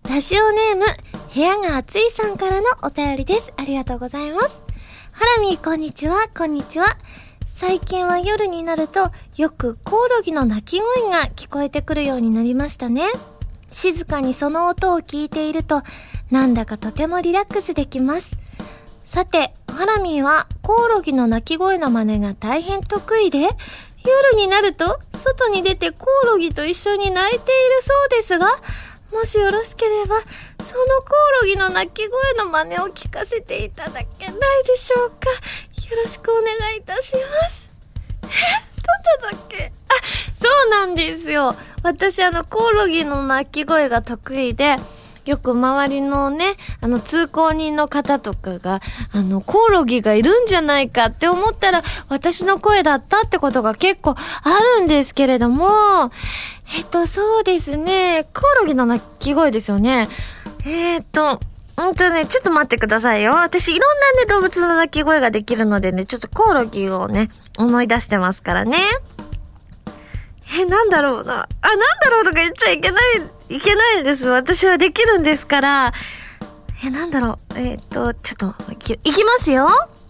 ラジオネーム部屋が暑いさんからのお便りです。ありがとうございます。ハラミー、こんにちは。こんにちは。最近は夜になるとよくコオロギの鳴き声が聞こえてくるようになりましたね。静かにその音を聞いているとなんだかとてもリラックスできます。さて、ハラミーはコオロギの鳴き声の真似が大変得意で、夜になると外に出てコオロギと一緒に鳴いているそうですが、もしよろしければそのコオロギの鳴き声の真似を聞かせていただけないでしょうか。よろしくお願いいたします。どんなだっけ。そうなんですよ。私コオロギの鳴き声が得意で、よく周りのね通行人の方とかがコオロギがいるんじゃないかって思ったら私の声だったってことが結構あるんですけれども、そうですね、コオロギの鳴き声ですよね。ちょっと待ってくださいよ。私いろんなね動物の鳴き声ができるのでね、ちょっとコオロギをね思い出してますからね。なんだろうな。なんだろうとか言っちゃいけないです。私はできるんですから。なんだろう。ちょっといきますよ。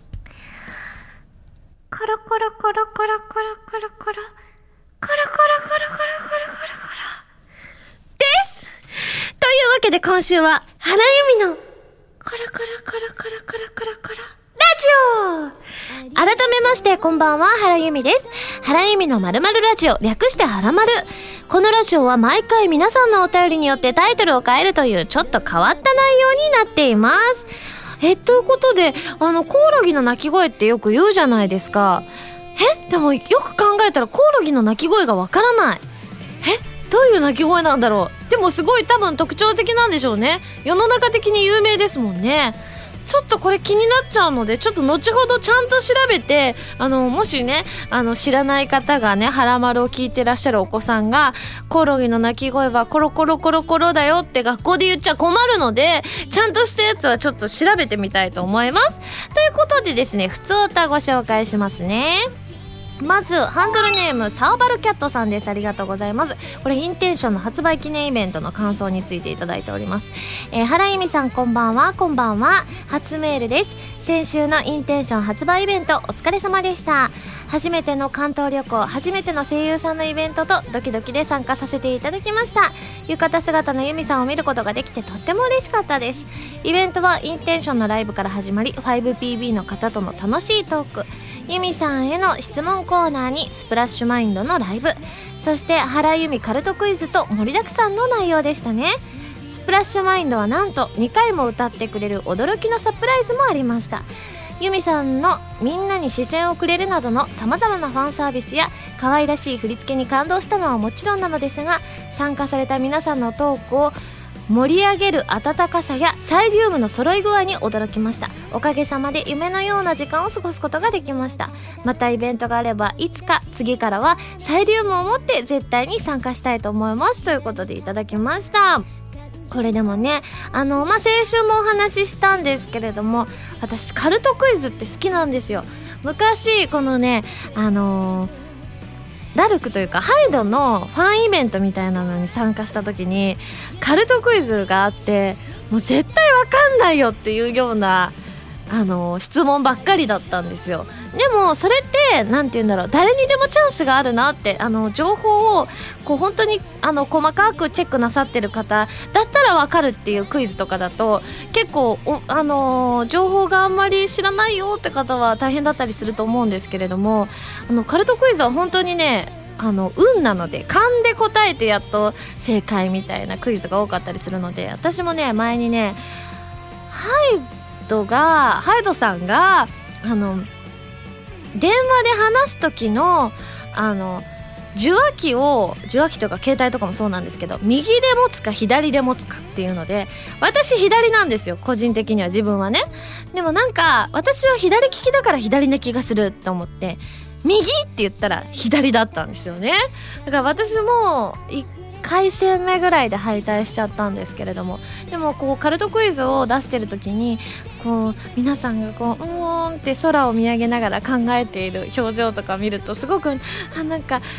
コロコロコロコロコロコロコロコロコロコロコロコロコロコロですというわけで今週は原由美のコロコロコロコロコロコロコロラジオ。改めましてこんばんは、原由美です。原由美の〇〇ラジオ、略して原〇。このラジオは毎回皆さんのお便りによってタイトルを変えるというちょっと変わった内容になっています。ということでコオロギの鳴き声ってよく言うじゃないですか。でもよく考えたらコオロギの鳴き声がわからない。どういう鳴き声なんだろう。でもすごい多分特徴的なんでしょうね。世の中的に有名ですもんね。ちょっとこれ気になっちゃうので、ちょっと後ほどちゃんと調べて、もしね知らない方がね、ハラマルを聞いてらっしゃるお子さんがコオロギの鳴き声はコロコロコロコロだよって学校で言っちゃ困るので、ちゃんとしたやつはちょっと調べてみたいと思います。ということでですね、ふつおたご紹介しますね。まずハンドルネームサーバルキャットさんです。ありがとうございます。これインテンションの発売記念イベントの感想についていただいております。原由美さん、こんばんは。こんばんは。初メールです。先週のインテンション発売イベントお疲れ様でした。初めての関東旅行、初めての声優さんのイベントとドキドキで参加させていただきました。浴衣姿の由美さんを見ることができてとっても嬉しかったです。イベントはインテンションのライブから始まり、 5PB の方との楽しいトーク、由美さんへの質問コーナーにスプラッシュマインドのライブ、そして原由美カルトクイズと盛りだくさんの内容でしたね。スプラッシュマインドはなんと2回も歌ってくれる驚きのサプライズもありました。由美さんのみんなに視線をくれるなどのさまざまなファンサービスや可愛らしい振り付けに感動したのはもちろんなのですが、参加された皆さんのトークを盛り上げる温かさやサイリウムの揃い具合に驚きました。おかげさまで夢のような時間を過ごすことができました。またイベントがあればいつか次からはサイリウムを持って絶対に参加したいと思いますということでいただきました。これでもね先週もお話ししたんですけれども、私カルトクイズって好きなんですよ。昔このねラルクというかハイドのファンイベントみたいなのに参加した時にカルトクイズがあって、もう絶対わかんないよっていうような質問ばっかりだったんですよ。でもそれってなんて言うんだろう、誰にでもチャンスがあるなって、情報をこう本当に細かくチェックなさってる方だったらわかるっていうクイズとかだと結構情報があんまり知らないよって方は大変だったりすると思うんですけれども、カルトクイズは本当にね運なので、勘で答えてやっと正解みたいなクイズが多かったりするので、私もね前にねハイドさんが電話で話す時の受話器とか携帯とかもそうなんですけど、右で持つか左で持つかっていうので、私左なんですよ、個人的には。自分はね。でもなんか私は左利きだから左な気がすると思って右って言ったら左だったんですよね。だから私も1回戦目ぐらいで敗退しちゃったんですけれども、でもこうカルトクイズを出してる時にこう皆さんがこうーんって空を見上げながら考えている表情とか見るとすごくなんか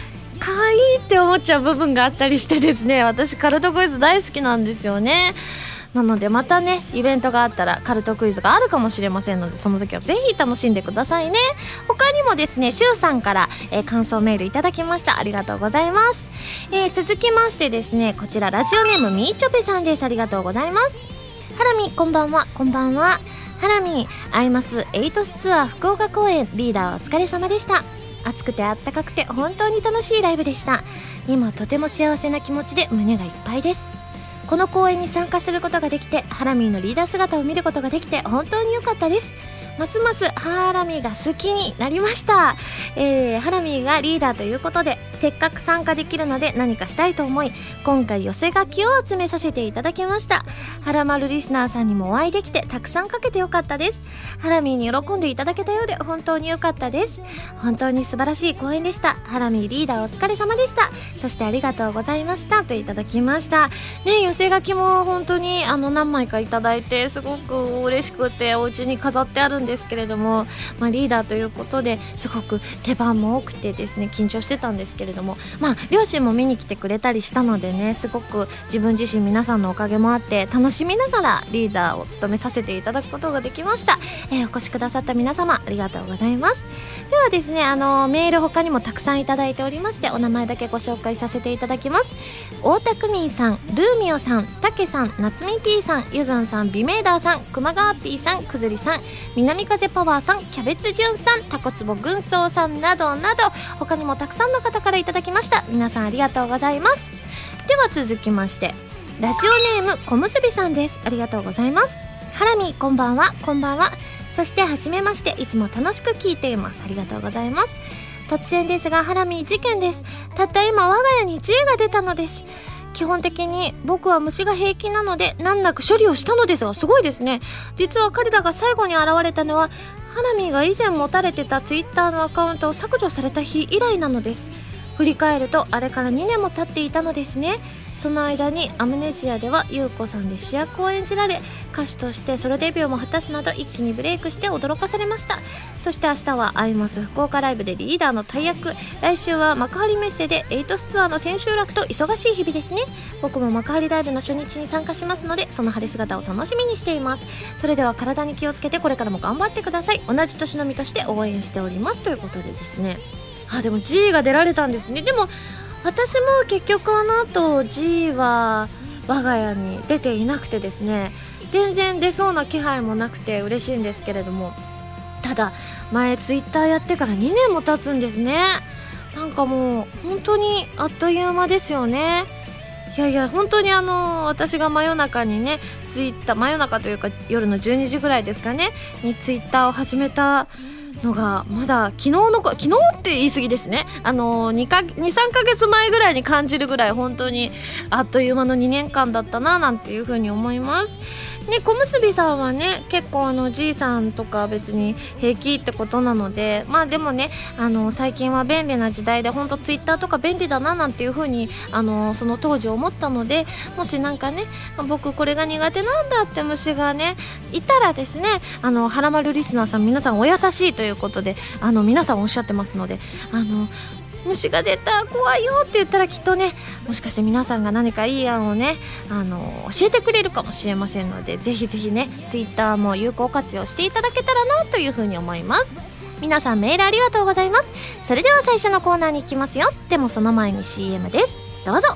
可愛いって思っちゃう部分があったりしてですね、私カルトクイズ大好きなんですよね。なのでまたねイベントがあったらカルトクイズがあるかもしれませんので、その時はぜひ楽しんでくださいね。他にもですね、しゅうさんから、感想メールいただきました。ありがとうございます。続きましてですね、こちらラジオネームみーちょぺさんです。ありがとうございます。ハラミこんばんは。こんばんは。ハラミアイマスエイトスツアー福岡公演リーダーお疲れ様でした。暑くてあったかくて本当に楽しいライブでした。今とても幸せな気持ちで胸がいっぱいです。この公演に参加することができて、ハラミーのリーダー姿を見ることができて本当に良かったです。ますますハラミーが好きになりました。ハラミーがリーダーということでせっかく参加できるので何かしたいと思い、今回寄せ書きを集めさせていただきました。ハラマルリスナーさんにもお会いできてたくさんかけてよかったです。ハラミーに喜んでいただけたようで本当に良かったです。本当に素晴らしい公演でした。ハラミーリーダーお疲れ様でした。そしてありがとうございましたといただきましたね。寄せ書きも本当に何枚かいただいてすごく嬉しくて、お家に飾ってあるんですけれども、リーダーということですごく出番も多くてですね、緊張してたんですけれども、両親も見に来てくれたりしたのでね、すごく自分自身皆さんのおかげもあって楽しみながらリーダーを務めさせていただくことができました。お越しくださった皆様ありがとうございます。ではですね、メール他にもたくさんいただいておりまして、お名前だけご紹介させていただきます。大田区民さん、ルーミオさん、たけさん、なつみ P さん、ゆずんさん、美メーダーさん、熊川 P さん、くずりさん、南風パワーさん、キャベツじゅんさん、たこつぼ軍曹さんなどなど、他にもたくさんの方からいただきました。皆さんありがとうございます。では続きまして、ラジオネームこむすびさんです。ありがとうございます。ハラミこんばんは。こんばんは。そしてはじめまして、いつも楽しく聞いています。ありがとうございます。突然ですがハラミ事件です。たった今我が家に G が出たのです。基本的に僕は虫が平気なので難なく処理をしたのですが、すごいですね。実は彼らが最後に現れたのはハラミが以前持たれてた Twitter のアカウントを削除された日以来なのです。振り返るとあれから2年も経っていたのですね。その間にアムネジアでは優子さんで主役を演じられ、歌手としてソロデビューも果たすなど一気にブレイクして驚かされました。そして明日はアイマス福岡ライブでリーダーの大役、来週は幕張メッセでエイトスツアーの千秋楽と忙しい日々ですね。僕も幕張ライブの初日に参加しますので、その晴れ姿を楽しみにしています。それでは体に気をつけてこれからも頑張ってください。同じ年の身として応援しておりますということでですね。でも G が出られたんですね。でも私も結局あの後 G は我が家に出ていなくてですね、全然出そうな気配もなくて嬉しいんですけれども、ただ前ツイッターやってから2年も経つんですね。なんかもう本当にあっという間ですよね。いやいや本当に私が真夜中にねツイッター、真夜中というか夜の12時ぐらいですかねにツイッターを始めたのがまだ昨日って言い過ぎですね。2、3ヶ月前ぐらいに感じるぐらい本当にあっという間の2年間だったななんていう風に思いますね。小結びさんはね結構G さんとか別に平気ってことなので、でもね最近は便利な時代で本当ツイッターとか便利だななんていう風にその当時思ったので、もしなんかね僕これが苦手なんだって虫がねいたらですね、はらまるリスナーさん皆さんお優しいということで皆さんおっしゃってますので、虫が出た怖いよって言ったらきっとね、もしかして皆さんが何かいい案をね教えてくれるかもしれませんので、ぜひぜひねツイッターも有効活用していただけたらなというふうに思います。皆さんメールありがとうございます。それでは最初のコーナーに行きますよ。でもその前に CM です。どうぞ。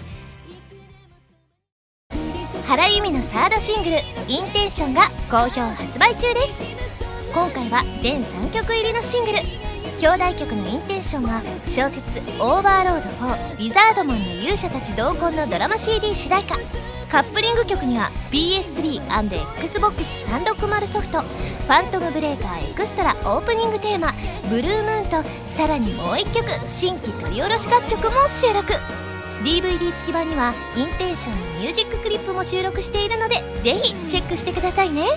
原由美のサードシングルインテンションが好評発売中です。今回は全3曲入りのシングル。表題曲のインテンションは小説「オーバーロード4リザードマンの勇者たち同梱」のドラマ CD 主題歌。カップリング曲には PS3&Xbox360 ソフト「ファントムブレイカーエクストラ」オープニングテーマ「ブルームーン」とさらにもう1曲新規取り下ろし楽曲も収録。 DVD 付き版にはインテンションのミュージッククリップも収録しているので、ぜひチェックしてくださいね。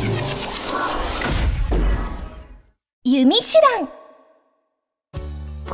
弓手段。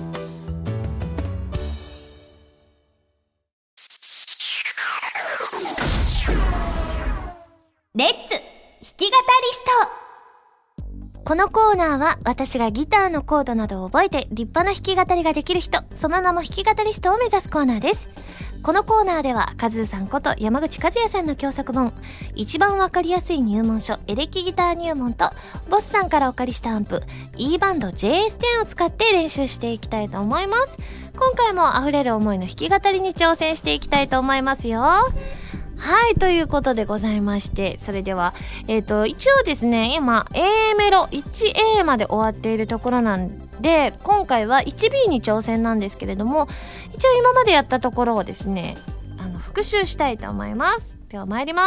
レッツ弾き語りスト。このコーナーは私がギターのコードなどを覚えて立派な弾き語りができる人、その名も弾き語りストを目指すコーナーです。このコーナーではカズーさんこと山口和也さんの教則本、一番わかりやすい入門書エレキギター入門とボスさんからお借りしたアンプ E バンド JS10 を使って練習していきたいと思います。今回も溢れる思いの弾き語りに挑戦していきたいと思いますよ。はい、ということでございまして、それでは一応ですね、今 A メロ 1A まで終わっているところなんで、今回は 1B に挑戦なんですけれども、一応今までやったところをですね、復習したいと思います。では参ります。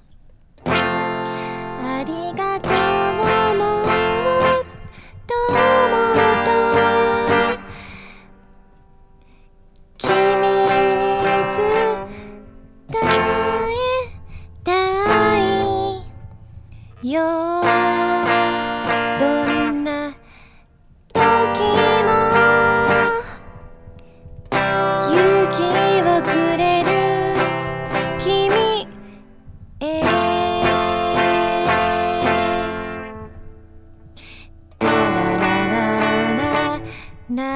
ありがとうもどうも君に伝えたいよ、どんな時も勇気をくれる君へ。ララララララ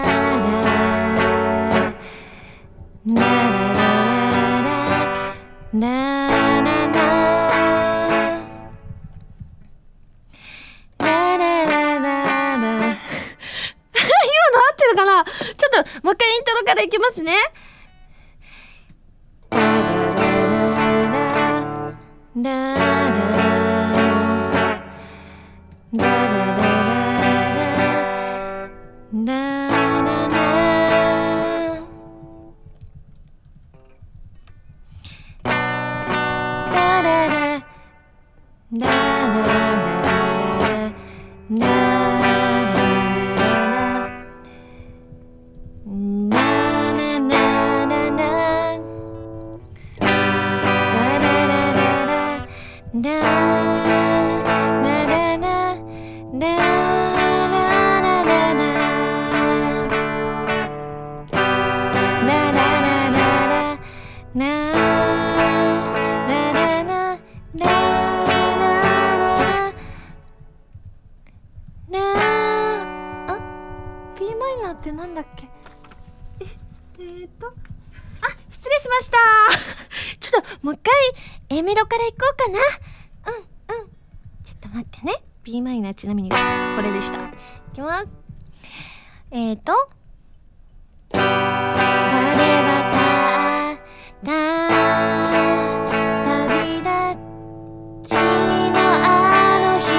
ララララちょっともう一回イントロからいきますね。B マイナーってなんだっけ。失礼しました。ちょっともう一回 A メロからいこうかな。ちょっと待ってね。 B マイナーちなみにこれでした。いきます。晴れ渡った旅立ちのあの日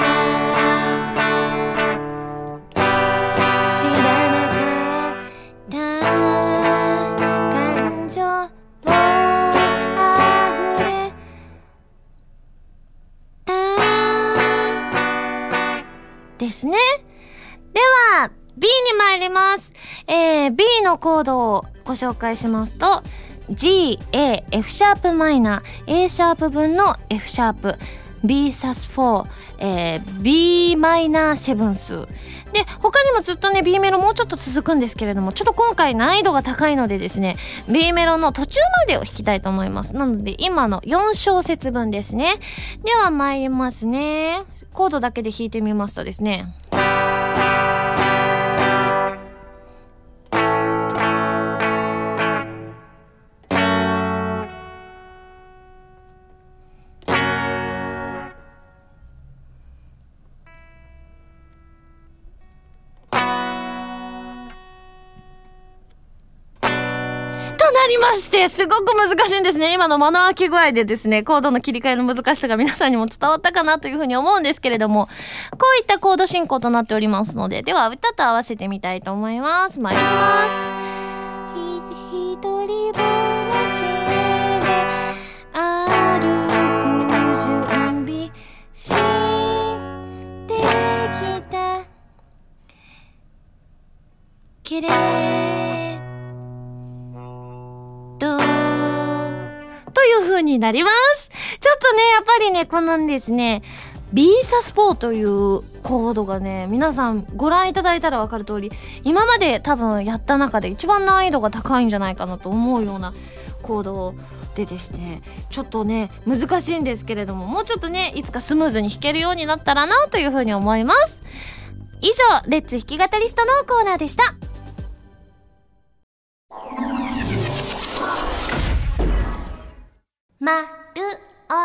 から知らなかった感情もあふれたですね。では B に参ります。B のコードをご紹介しますと G、A、F シャープマイナー A シャープ分の F シャープ B サス4、B マイナーセブンスで、他にもずっとね B メロもうちょっと続くんですけれども、ちょっと今回難易度が高いのでですね B メロの途中までを弾きたいと思います。なので今の4小節分ですね。では参りますね。コードだけで弾いてみますとですね、なりまして、すごく難しいんですね。今の間の空き具合でですね、コードの切り替えの難しさが皆さんにも伝わったかなというふうに思うんですけれども、こういったコード進行となっておりますので、では歌と合わせてみたいと思います。参ります。一人ぼっちで歩く準備してきたけれどという風になります。ちょっとね、やっぱりね、このですね B サス4というコードがね、皆さんご覧いただいたら分かる通り、今まで多分やった中で一番難易度が高いんじゃないかなと思うような行動ででして、ちょっとね難しいんですけれども、もうちょっとねいつかスムーズに弾けるようになったらなというふうに思います。以上、レッツ弾き語りストのコーナーでした。まるお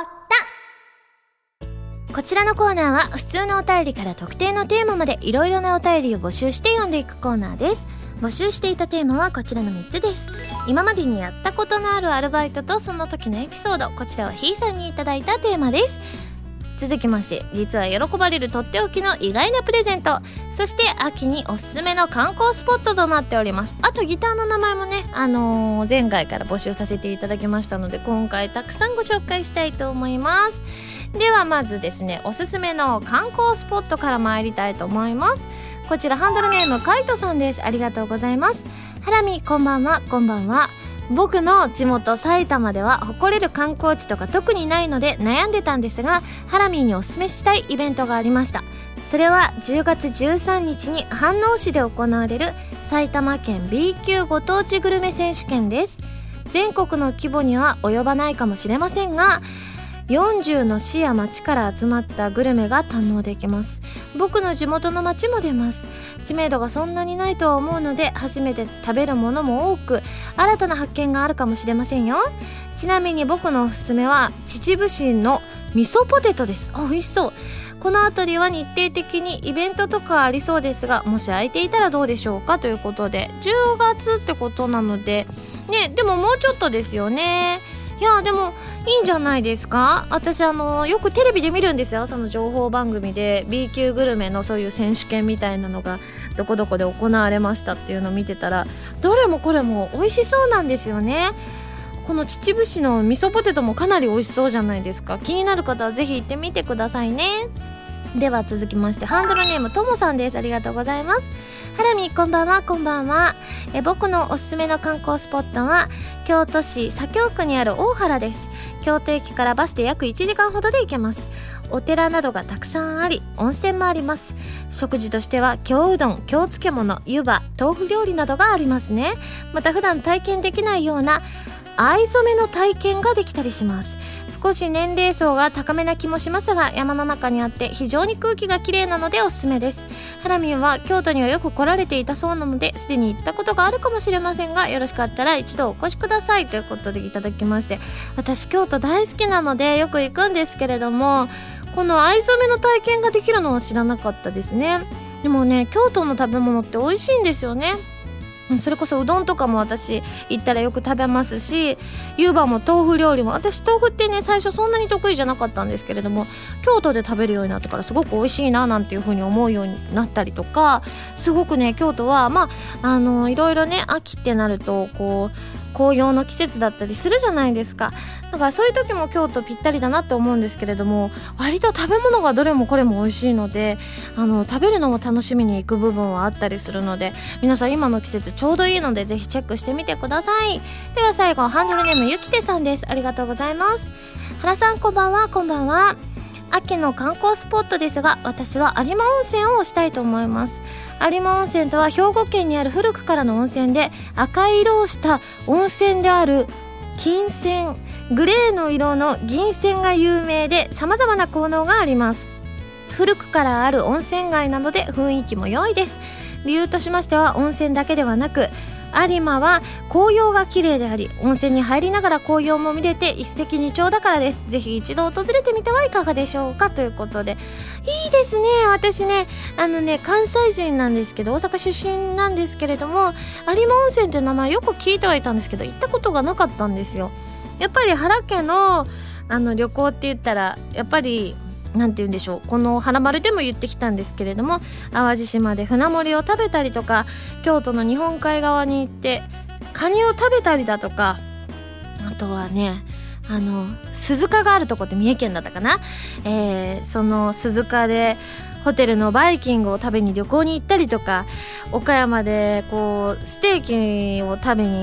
た。こちらのコーナーは普通のお便りから特定のテーマまでいろいろなお便りを募集して読んでいくコーナーです。募集していたテーマはこちらの3つです。今までにやったことのあるアルバイトとその時のエピソード、こちらはひーさんにいただいたテーマです。続きまして、実は喜ばれるとっておきの意外なプレゼント、そして秋におすすめの観光スポットとなっております。あとギターの名前もね、前回から募集させていただきましたので、今回たくさんご紹介したいと思います。ではまずですね、おすすめの観光スポットから参りたいと思います。こちらハンドルネームカイトさんです。ありがとうございます。ハラミ、こんばんは。こんばんは。僕の地元埼玉では誇れる観光地とか特にないので悩んでたんですが、ハラミーにおすすめしたいイベントがありました。それは10月13日に飯能市で行われる埼玉県 B 級ご当地グルメ選手権です。全国の規模には及ばないかもしれませんが、40の市や町から集まったグルメが堪能できます。僕の地元の町も出ます。知名度がそんなにないとは思うので、初めて食べるものも多く新たな発見があるかもしれませんよ。ちなみに僕のおすすめは秩父市の味噌ポテトです。美味しそう。この辺りは日程的にイベントとかありそうですが、もし空いていたらどうでしょうかということで、10月ってことなのでね、でももうちょっとですよね。いやでもいいんじゃないですか。私よくテレビで見るんですよ。その情報番組で B 級グルメのそういう選手権みたいなのがどこどこで行われましたっていうのを見てたら、どれもこれも美味しそうなんですよね。この秩父市の味噌ポテトもかなり美味しそうじゃないですか。気になる方はぜひ行ってみてくださいね。では続きまして、ハンドルネームともさんです。ありがとうございます。ハラミ、こんばんは。こんばんは。僕のおすすめの観光スポットは京都市左京区にある大原です。京都駅からバスで約1時間ほどで行けます。お寺などがたくさんあり、温泉もあります。食事としては京うどん、京漬物、湯葉、豆腐料理などがありますね。また普段体験できないような藍染めの体験ができたりします。少し年齢層が高めな気もしますが、山の中にあって非常に空気がきれいなのでおすすめです。ハラミンは京都にはよく来られていたそうなので、すでに行ったことがあるかもしれませんが、よろしかったら一度お越しくださいということでいただきまして、私京都大好きなのでよく行くんですけれども、この藍染めの体験ができるのは知らなかったですね。でもね、京都の食べ物って美味しいんですよね。それこそうどんとかも私行ったらよく食べますし、湯葉も豆腐料理も、私豆腐ってね最初そんなに得意じゃなかったんですけれども、京都で食べるようになってからすごく美味しいななんていう風に思うようになったりとか、すごくね京都はいろいろね、秋ってなるとこう紅葉の季節だったりするじゃないですか。だからそういう時も京都ぴったりだなって思うんですけれども、割と食べ物がどれもこれも美味しいので、食べるのも楽しみに行く部分はあったりするので、皆さん今の季節ちょうどいいのでぜひチェックしてみてください。では最後、ハンドルネームゆきてさんです。ありがとうございます。原さん、こんばんは。こんばんは。秋の観光スポットですが、私は有馬温泉を推したいと思います。有馬温泉とは兵庫県にある古くからの温泉で、赤い色をした温泉である金泉、グレーの色の銀泉が有名で、様々な効能があります。古くからある温泉街なので雰囲気も良いです。理由としましては、温泉だけではなく有馬は紅葉が綺麗であり、温泉に入りながら紅葉も見れて一石二鳥だからです。ぜひ一度訪れてみてはいかがでしょうかということで、いいですね。私ね関西人なんですけど、大阪出身なんですけれども、有馬温泉って名前よく聞いてはいたんですけど、行ったことがなかったんですよ。やっぱり原家の旅行って言ったら、やっぱりなんて言うんでしょう、この花丸でも言ってきたんですけれども、淡路島で船盛りを食べたりとか、京都の日本海側に行ってカニを食べたりだとか、あとはね鈴鹿があるとこって三重県だったかな、その鈴鹿でホテルのバイキングを食べに旅行に行ったりとか、岡山でこうステーキを食べに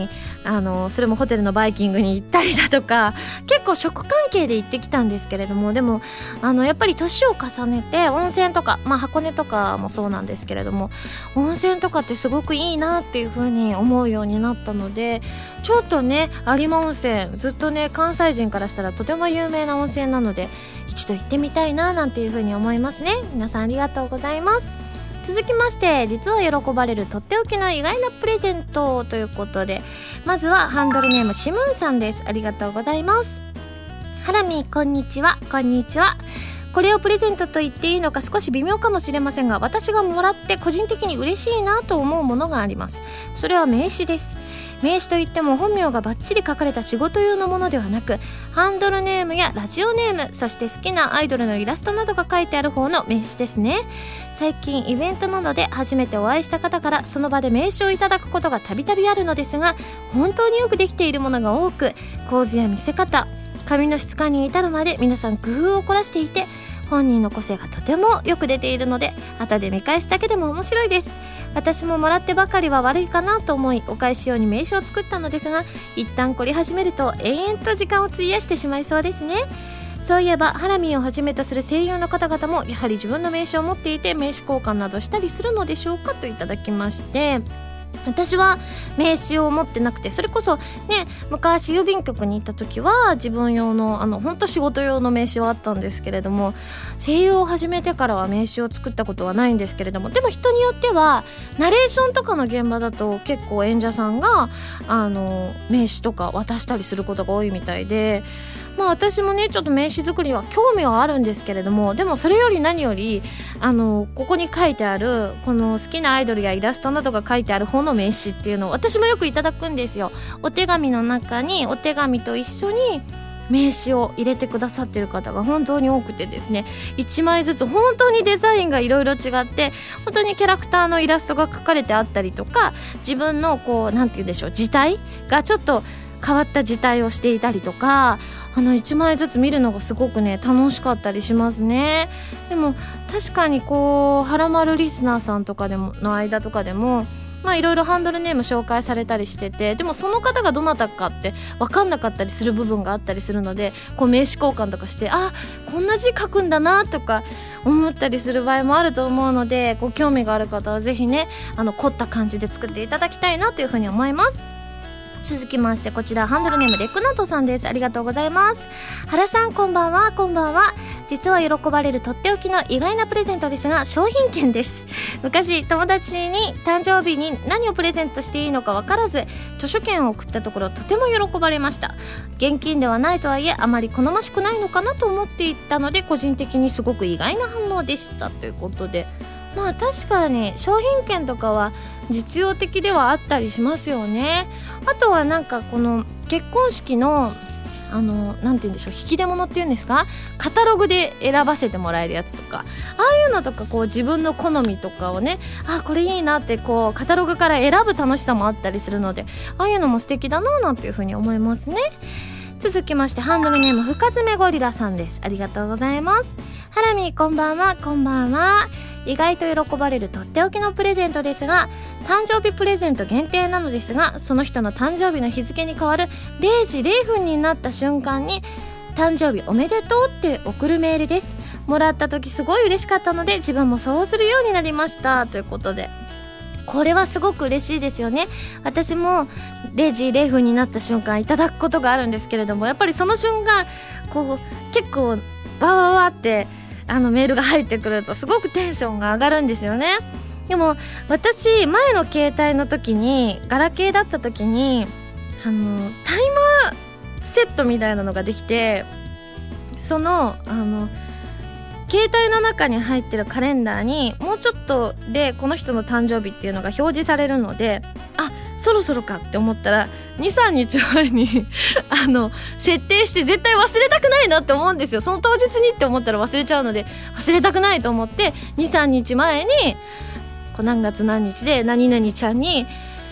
それもホテルのバイキングに行ったりだとか、結構食関係で行ってきたんですけれども、でもやっぱり年を重ねて温泉とか、箱根とかもそうなんですけれども、温泉とかってすごくいいなっていう風に思うようになったので、ちょっとね有馬温泉ずっとね関西人からしたらとても有名な温泉なので、一度行ってみたいななんていう風に思いますね。皆さんありがとうございます。続きまして、実は喜ばれるとっておきの意外なプレゼントということで、まずはハンドルネームシムーンさんです。ありがとうございます。ハラミこんにちは。こんにちは。これをプレゼントと言っていいのか少し微妙かもしれませんが、私がもらって個人的に嬉しいなと思うものがあります。それは名刺です。名刺といっても本名がバッチリ書かれた仕事用のものではなく、ハンドルネームやラジオネーム、そして好きなアイドルのイラストなどが書いてある方の名刺ですね。最近イベントなどで初めてお会いした方からその場で名刺をいただくことがたびたびあるのですが、本当によくできているものが多く、構図や見せ方、紙の質感に至るまで皆さん工夫を凝らしていて、本人の個性がとてもよく出ているので、後で見返すだけでも面白いです。私ももらってばかりは悪いかなと思い、お返し用に名刺を作ったのですが、一旦凝り始めると永遠と時間を費やしてしまいそうですね。そういえばハラミーをはじめとする声優の方々もやはり自分の名刺を持っていて、名刺交換などしたりするのでしょうかといただきまして、私は名刺を持ってなくて、それこそね昔郵便局に行った時は自分用の本当仕事用の名刺はあったんですけれども、声優を始めてからは名刺を作ったことはないんですけれども、でも人によってはナレーションとかの現場だと結構演者さんが名刺とか渡したりすることが多いみたいで、私もねちょっと名刺作りは興味はあるんですけれども、でもそれより何よりここに書いてあるこの好きなアイドルやイラストなどが書いてある方の名刺っていうのを私もよくいただくんですよ。お手紙の中にお手紙と一緒に名刺を入れてくださってる方が本当に多くてですね、1枚ずつ本当にデザインがいろいろ違って、本当にキャラクターのイラストが描かれてあったりとか、自分のなんて言うんでしょう、字体がちょっと変わった字体をしていたりとか、1枚ずつ見るのがすごくね楽しかったりしますね。でも確かにはらまるリスナーさんとかでもの間とかでもいろいろハンドルネーム紹介されたりしてて、でもその方がどなたかって分かんなかったりする部分があったりするので、名刺交換とかして、こんな字書くんだなとか思ったりする場合もあると思うので、ご興味がある方はぜひね凝った感じで作っていただきたいなというふうに思います。続きまして、こちらハンドルネームレクナートさんです。ありがとうございます。原さんこんばんは。こんばんは。実は喜ばれるとっておきの意外なプレゼントですが、商品券です。昔友達に誕生日に何をプレゼントしていいのか分からず図書券を送ったところ、とても喜ばれました。現金ではないとはいえあまり好ましくないのかなと思っていたので、個人的にすごく意外な反応でしたということで、確かに商品券とかは実用的ではあったりしますよね。あとはこの結婚式のなんて言うんでしょう、引き出物っていうんですか、カタログで選ばせてもらえるやつとか、ああいうのとか自分の好みとかをね、これいいなってカタログから選ぶ楽しさもあったりするので、ああいうのも素敵だななんていうふうに思いますね。続きましてハンドルネーム深爪ゴリラさんです。ありがとうございます。ハラミこんばんは。こんばんは。意外と喜ばれるとっておきのプレゼントですが、誕生日プレゼント限定なのですが、その人の誕生日の日付に変わる0時0分になった瞬間に誕生日おめでとうって送るメールです。もらった時すごい嬉しかったので自分もそうするようになりましたということで、これはすごく嬉しいですよね。私も0時0分になった瞬間いただくことがあるんですけれども、やっぱりその瞬間結構わわわってメールが入ってくるとすごくテンションが上がるんですよね。でも私前の携帯の時にガラケーだった時にタイマーセットみたいなのができて、その携帯の中に入ってるカレンダーにもうちょっとでこの人の誕生日っていうのが表示されるので、そろそろかって思ったら 2,3 日前に設定して絶対忘れたくないなって思うんですよ。その当日にって思ったら忘れちゃうので忘れたくないと思って 2,3 日前に何月何日で何々ちゃんに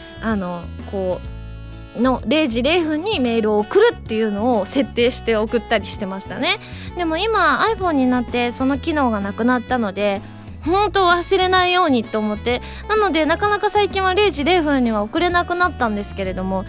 0時0分にメールを送るっていうのを設定して送ったりしてましたね。でも今 iPhone になってその機能がなくなったので本当忘れないようにと思って、なのでなかなか最近は0時0分には送れなくなったんですけれども、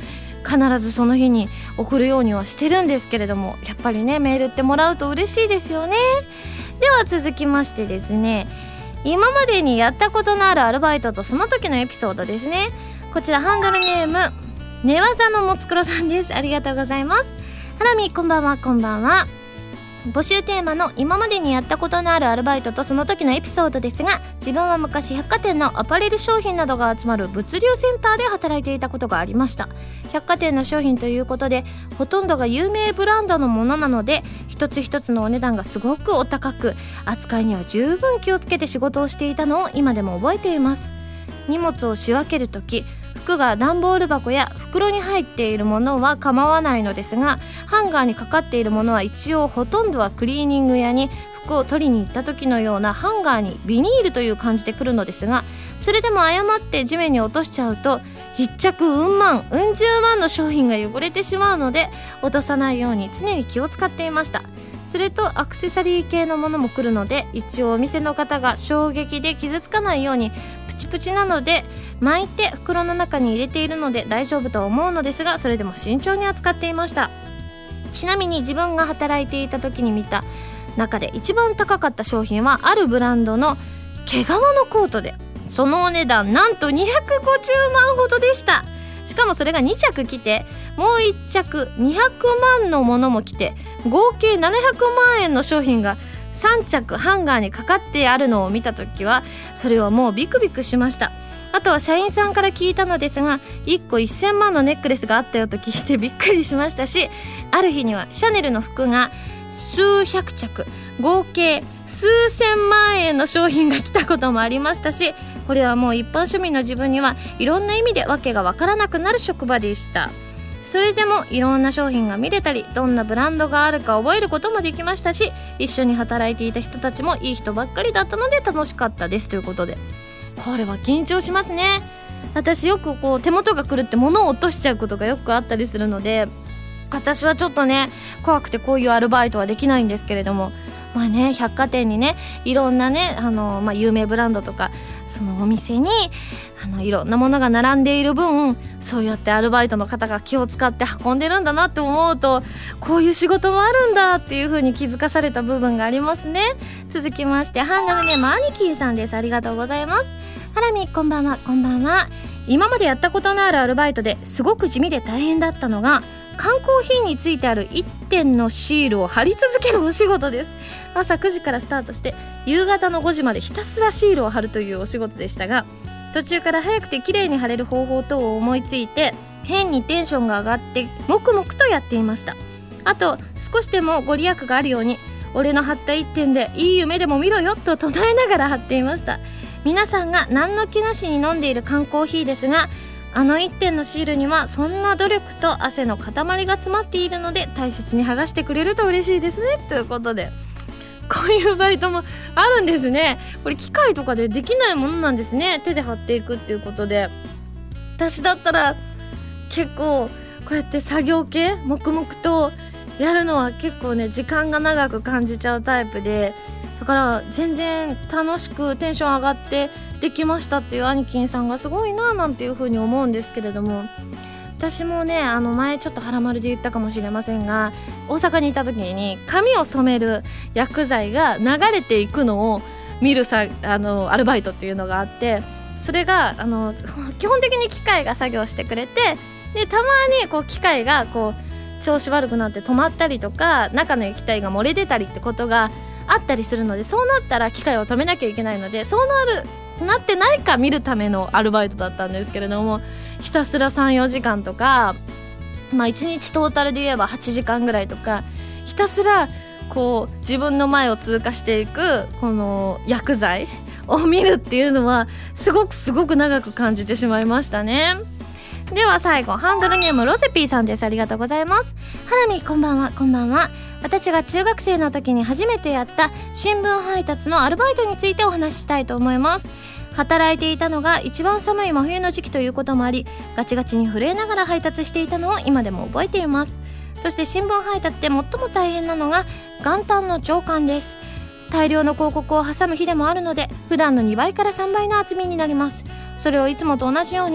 必ずその日に送るようにはしてるんですけれども、やっぱりねメールってもらうと嬉しいですよね。では続きましてですね、今までにやったことのあるアルバイトとその時のエピソードですね。こちらハンドルネーム寝技のもつくろさんです。ありがとうございます。ハラミこんばんは。こんばんは。募集テーマの今までにやったことのあるアルバイトとその時のエピソードですが、自分は昔百貨店のアパレル商品などが集まる物流センターで働いていたことがありました。百貨店の商品ということでほとんどが有名ブランドのものなので、一つ一つのお値段がすごくお高く、扱いには十分気をつけて仕事をしていたのを今でも覚えています。荷物を仕分けるとき、服が段ボール箱や袋に入っているものは構わないのですが、ハンガーにかかっているものは一応ほとんどはクリーニング屋に服を取りに行った時のようなハンガーにビニールという感じで来るのですが、それでも誤って地面に落としちゃうと一着うん十万の商品が汚れてしまうので、落とさないように常に気を使っていました。それとアクセサリー系のものも来るので、一応お店の方が衝撃で傷つかないようにプチプチなので巻いて袋の中に入れているので大丈夫と思うのですが、それでも慎重に扱っていました。ちなみに自分が働いていた時に見た中で一番高かった商品はあるブランドの毛皮のコートで、そのお値段なんと250万ほどでした。しかもそれが2着来て、もう1着200万のものも来て、合計700万円の商品が3着ハンガーにかかってあるのを見たときは、それはもうビクビクしました。あとは社員さんから聞いたのですが、1個1000万のネックレスがあったよと聞いてびっくりしましたし、ある日にはシャネルの服が数百着、合計数千万円の商品が来たこともありましたし、これはもう一般庶民の自分にはいろんな意味で訳が分からなくなる職場でした。それでもいろんな商品が見れたり、どんなブランドがあるか覚えることもできましたし、一緒に働いていた人たちもいい人ばっかりだったので楽しかったですということで、これは緊張しますね。私よくこう手元が狂って物を落としちゃうことがよくあったりするので、私はちょっとね怖くてこういうアルバイトはできないんですけれども、まあね、百貨店にねいろんなね有名ブランドとかそのお店にいろんなものが並んでいる分、そうやってアルバイトの方が気を使って運んでるんだなって思うと、こういう仕事もあるんだっていう風に気づかされた部分がありますね。続きましてハンドルネームアニキンさんです。ありがとうございます。ハラミこんばんは。こんばんは。今までやったことのあるアルバイトですごく地味で大変だったのが、缶コーヒーについてある1点のシールを貼り続けるお仕事です。朝9時からスタートして夕方の5時までひたすらシールを貼るというお仕事でしたが、途中から早くて綺麗に貼れる方法等を思いついて、変にテンションが上がって黙々とやっていました。あと少しでもご利益があるように、俺の貼った1点でいい夢でも見ろよと唱えながら貼っていました。皆さんが何の気なしに飲んでいる缶コーヒーですが、あの1点のシールにはそんな努力と汗の塊が詰まっているので、大切に剥がしてくれると嬉しいですねということで、こういうバイトもあるんですね。これ機械とかでできないものなんですね。手で貼っていくっていうことで、私だったら結構こうやって作業系黙々とやるのは結構ね時間が長く感じちゃうタイプで、だから全然楽しくテンション上がってできましたっていうアニキンさんがすごいななんていう風に思うんですけれども、私もね前ちょっとハラマルで言ったかもしれませんが、大阪にいた時に髪を染める薬剤が流れていくのを見るアルバイトっていうのがあって、それが基本的に機械が作業してくれて、でたまにこう機械がこう調子悪くなって止まったりとか、中の液体が漏れ出たりってことがあったりするので、そうなったら機械を止めなきゃいけないので、そうなってないか見るためのアルバイトだったんですけれども、ひたすら 3,4 時間とか、1日トータルで言えば8時間ぐらいとか、ひたすらこう自分の前を通過していくこの薬剤を見るっていうのはすごく長く感じてしまいましたね。では最後ハンドルネームロゼピーさんです。ありがとうございます。ハラミこんばんは。こんばんは。私が中学生の時に初めてやった新聞配達のアルバイトについてお話ししたいと思います。働いていたのが一番寒い真冬の時期ということもあり、ガチガチに震えながら配達していたのを今でも覚えています。そして新聞配達で最も大変なのが元旦の朝刊です。大量の広告を挟む日でもあるので、普段の2倍から3倍の厚みになります。それをいつもと同じように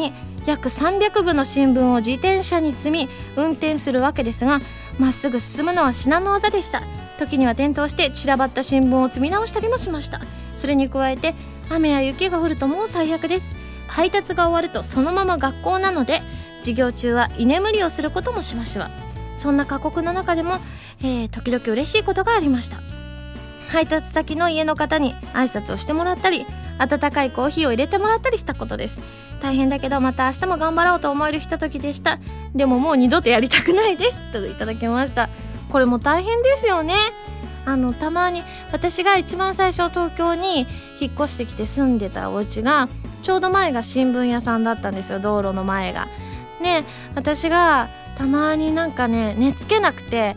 約300部の新聞を自転車に積み運転するわけですが、まっすぐ進むのは至難の業でした。時には転倒して散らばった新聞を積み直したりもしました。それに加えて雨や雪が降るともう最悪です。配達が終わるとそのまま学校なので、授業中は居眠りをすることもしばしば。そんな過酷の中でも、時々嬉しいことがありました。配達先の家の方に挨拶をしてもらったり、温かいコーヒーを入れてもらったりしたことです。大変だけどまた明日も頑張ろうと思えるひとときでした。でももう二度とやりたくないですといただきました。これも大変ですよね。たまに私が一番最初東京に引っ越してきて住んでたお家がちょうど前が新聞屋さんだったんですよ。道路の前がね。私がたまになんかね寝つけなくて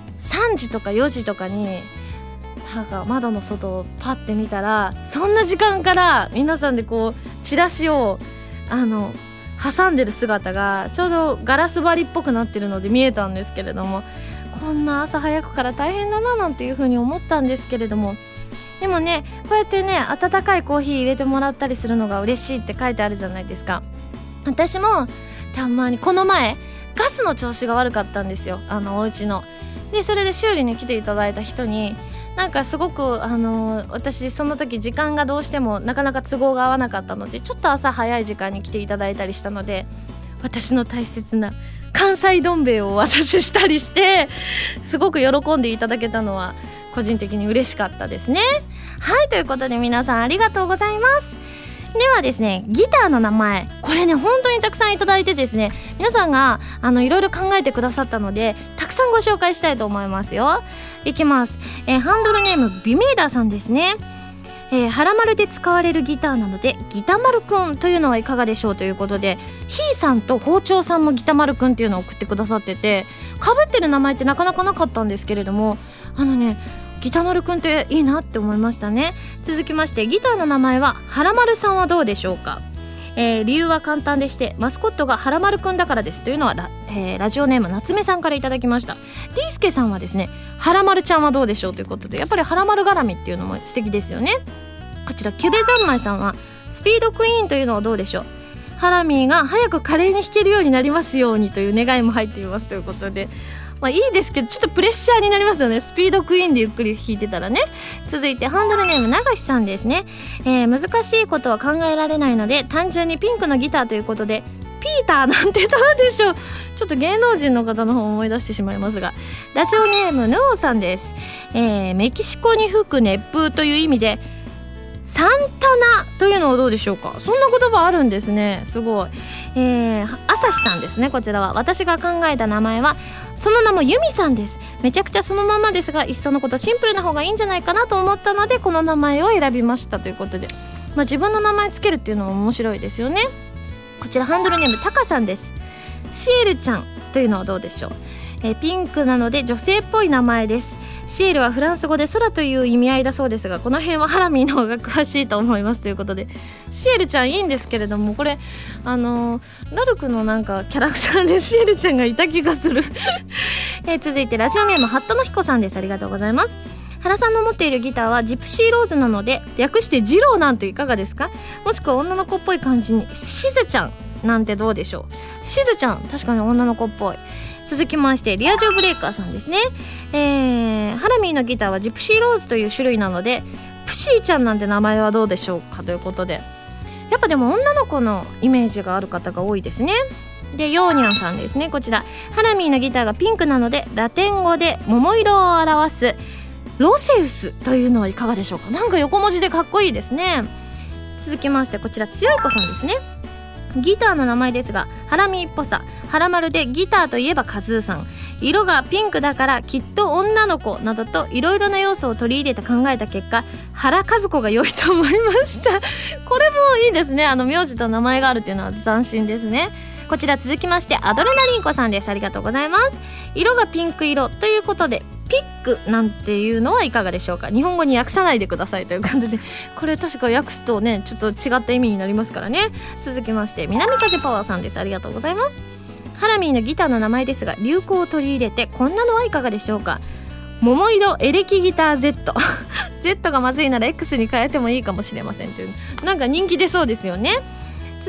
3時とか4時とかになんか窓の外をパッて見たら、そんな時間から皆さんでこうチラシを挟んでる姿がちょうどガラス張りっぽくなってるので見えたんですけれども、こんな朝早くから大変だななんていう風に思ったんですけれども、でもねこうやってね温かいコーヒー入れてもらったりするのが嬉しいって書いてあるじゃないですか。私もたまにこの前ガスの調子が悪かったんですよ、お家の。でそれで修理に来ていただいた人になんかすごく私その時時間がどうしてもなかなか都合が合わなかったので、ちょっと朝早い時間に来ていただいたりしたので、私の大切な関西どん兵衛をお渡ししたりしてすごく喜んでいただけたのは個人的に嬉しかったですね。はい、ということで皆さんありがとうございます。ではですね、ギターの名前、これね本当にたくさんいただいてですね、皆さんがいろいろ考えてくださったのでたくさんご紹介したいと思いますよ。いきます。ハンドルネームビメーダーさんですね。はらまるで使われるギターなのでギタマルくんというのはいかがでしょうということで、ひーさんと包丁さんもギタマルくんっていうのを送ってくださってて、被ってる名前ってなかなかなかったんですけれども、ギタマルくんっていいなって思いましたね。続きましてギターの名前ははらまるさんはどうでしょうか。理由は簡単でして、マスコットがはらまるくんだからですというのはラジオネーム夏目さんからいただきました。ディースケさんはですね、はらまるちゃんはどうでしょうということで、やっぱりはらまる絡みっていうのも素敵ですよね。こちらキュベ三昧さんはスピードクイーンというのはどうでしょう。ハラミーが早く華麗に弾けるようになりますようにという願いも入っていますということで、いいですけどちょっとプレッシャーになりますよね、スピードクイーンでゆっくり弾いてたらね。続いてハンドルネーム流しさんですね。難しいことは考えられないので単純にピンクのギターということでピーターなんてどうでしょう。ちょっと芸能人の方の方を思い出してしまいますが、ラジオネームヌオさんです。メキシコに吹く熱風という意味でサンタナというのはどうでしょうか。そんな言葉あるんですね、すごい。朝日さんですね。こちらは私が考えた名前はその名もユミさんです。めちゃくちゃそのままですがいっそのことシンプルな方がいいんじゃないかなと思ったのでこの名前を選びましたということで、自分の名前つけるっていうのも面白いですよね。こちらハンドルネームタカさんです。シエルちゃんというのはどうでしょう。ピンクなので女性っぽい名前です。シエルはフランス語で空という意味合いだそうですが、この辺はハラミーの方が詳しいと思いますということで、シエルちゃんいいんですけれども、これラルクのなんかキャラクターでシエルちゃんがいた気がする続いてラジオネームハットのひこさんです。ありがとうございます。原さんの持っているギターはジプシーローズなので略してジローなんていかがですか。もしくは女の子っぽい感じにしずちゃんなんてどうでしょう。しずちゃん確かに女の子っぽい。続きましてリア充ブレイカーさんですね。ハラミーのギターはジプシーローズという種類なのでプシーちゃんなんて名前はどうでしょうかということで、やっぱでも女の子のイメージがある方が多いですね。でヨーニャンさんですね。こちらハラミーのギターがピンクなのでラテン語で桃色を表すロセウスというのはいかがでしょうか。なんか横文字でかっこいいですね。続きましてこちら強い子さんですね。ギターの名前ですがハラミーっぽさ、ハラマルでギターといえばカズーさん、色がピンクだからきっと女の子などといろいろな要素を取り入れて考えた結果原和子が良いと思いましたこれもいいですね。名字と名前があるっていうのは斬新ですね。こちら続きましてアドレナリンコさんです。ありがとうございます。色がピンク色ということでピックなんていうのはいかがでしょうか。日本語に訳さないでくださいという感じで、これ確か訳すとねちょっと違った意味になりますからね。続きまして南風パワーさんです。ありがとうございます。ハラミーのギターの名前ですが流行を取り入れてこんなのはいかがでしょうか。桃色エレキギター Z Z がまずいなら X に変えてもいいかもしれませんという、なんか人気出そうですよね。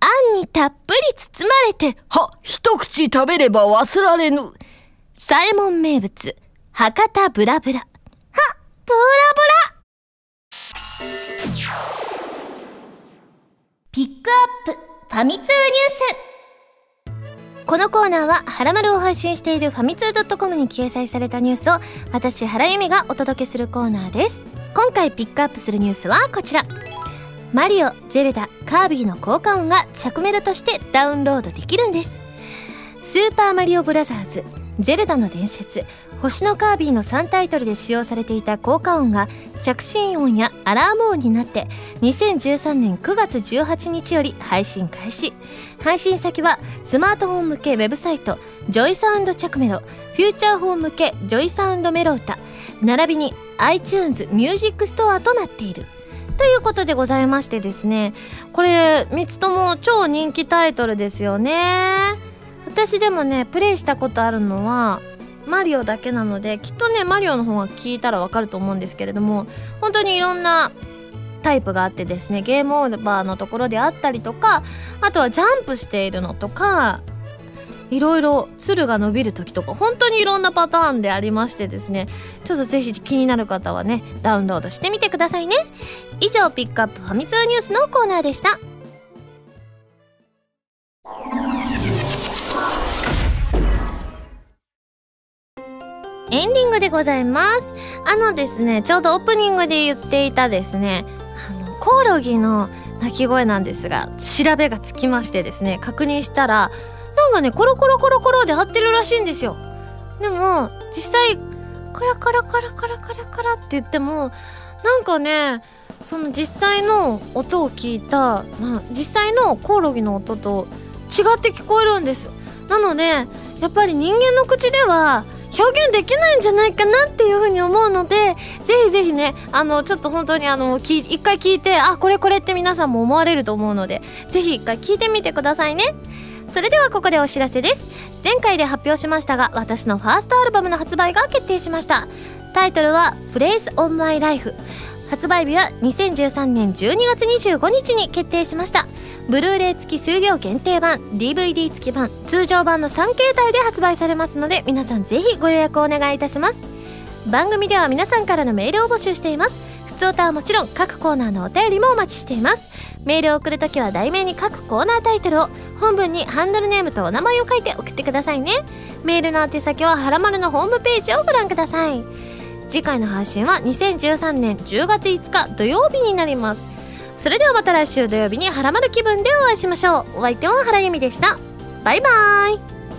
あんにたっぷり包まれて、 一口食べれば忘られぬ。 左衛門名物、博多ブラブラ。ブラブラ。ピックアップファミ通ニュース。このコーナーはハラマルを配信しているファミツー .com に掲載されたニュースを私原由美がお届けするコーナーです。今回ピックアップするニュースはこちら。マリオ、ゼルダ、カービィの効果音が着メロとしてダウンロードできるんです。スーパーマリオブラザーズ、ゼルダの伝説、星のカービィの3タイトルで使用されていた効果音が着信音やアラーム音になって2013年9月18日より配信開始。配信先はスマートフォン向けウェブサイトジョイサウンド着メロ、フューチャーフォン向けジョイサウンドメロ歌、並びに iTunes ミュージックストアとなっているということでございましてですね、これ3つとも超人気タイトルですよね。私でもねプレイしたことあるのはマリオだけなので、きっとねマリオの方が聞いたらわかると思うんですけれども、本当にいろんなタイプがあってですね、ゲームオーバーのところであったりとか、あとはジャンプしているのとか、いろいろ鶴が伸びる時とか、本当にいろんなパターンでありましてですね、ちょっとぜひ気になる方はねダウンロードしてみてくださいね。以上ピックアップファミ通ニュースのコーナーでした。エンディングでございます。ですね、ちょうどオープニングで言っていたですね、コオロギの鳴き声なんですが、調べがつきましてですね、確認したらなんかねコロコロコロコロで合ってるらしいんですよ。でも実際カラカラカラカラカラカラって言っても、なんかねその実際の音を聞いた、実際のコオロギの音と違って聞こえるんです。なのでやっぱり人間の口では表現できないんじゃないかなっていうふうに思うので、ぜひぜひねちょっと本当に一回聞いて、これって皆さんも思われると思うので、ぜひ一回聞いてみてくださいね。それではここでお知らせです。前回で発表しましたが、私のファーストアルバムの発売が決定しました。タイトルは Place on My Life。発売日は2013年12月25日に決定しました。ブルーレイ付き数量限定版、 DVD 付き版、通常版の3形態で発売されますので、皆さんぜひご予約をお願いいたします。番組では皆さんからのメールを募集しています。ふつおたはもちろん各コーナーのお便りもお待ちしています。メールを送るときは題名に各コーナータイトルを、本文にハンドルネームとお名前を書いて送ってくださいね。メールの宛先ははらまるのホームページをご覧ください。次回の配信は2013年10月5日土曜日になります。それではまた来週土曜日にはらまる気分でお会いしましょう。お相手は原由美でした。バイバーイ。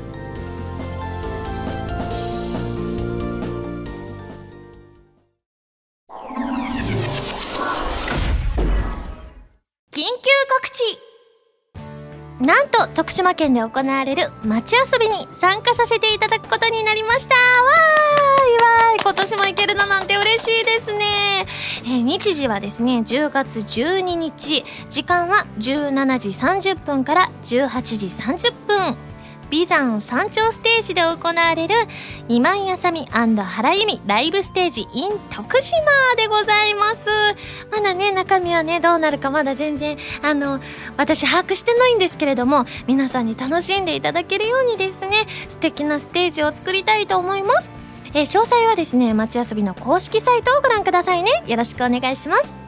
緊急告知。なんと徳島県で行われる町遊びに参加させていただくことになりました。わーい、今年も行けるのなんて嬉しいですね。日時はですね10月12日、時間は17時30分から18時30分、美山山頂ステージで行われる今井あさみ&原由美ライブステージ in 徳島でございます。まだね中身はねどうなるかまだ全然私把握してないんですけれども、皆さんに楽しんでいただけるようにですね素敵なステージを作りたいと思います。詳細はですね町遊びの公式サイトをご覧くださいね。よろしくお願いします。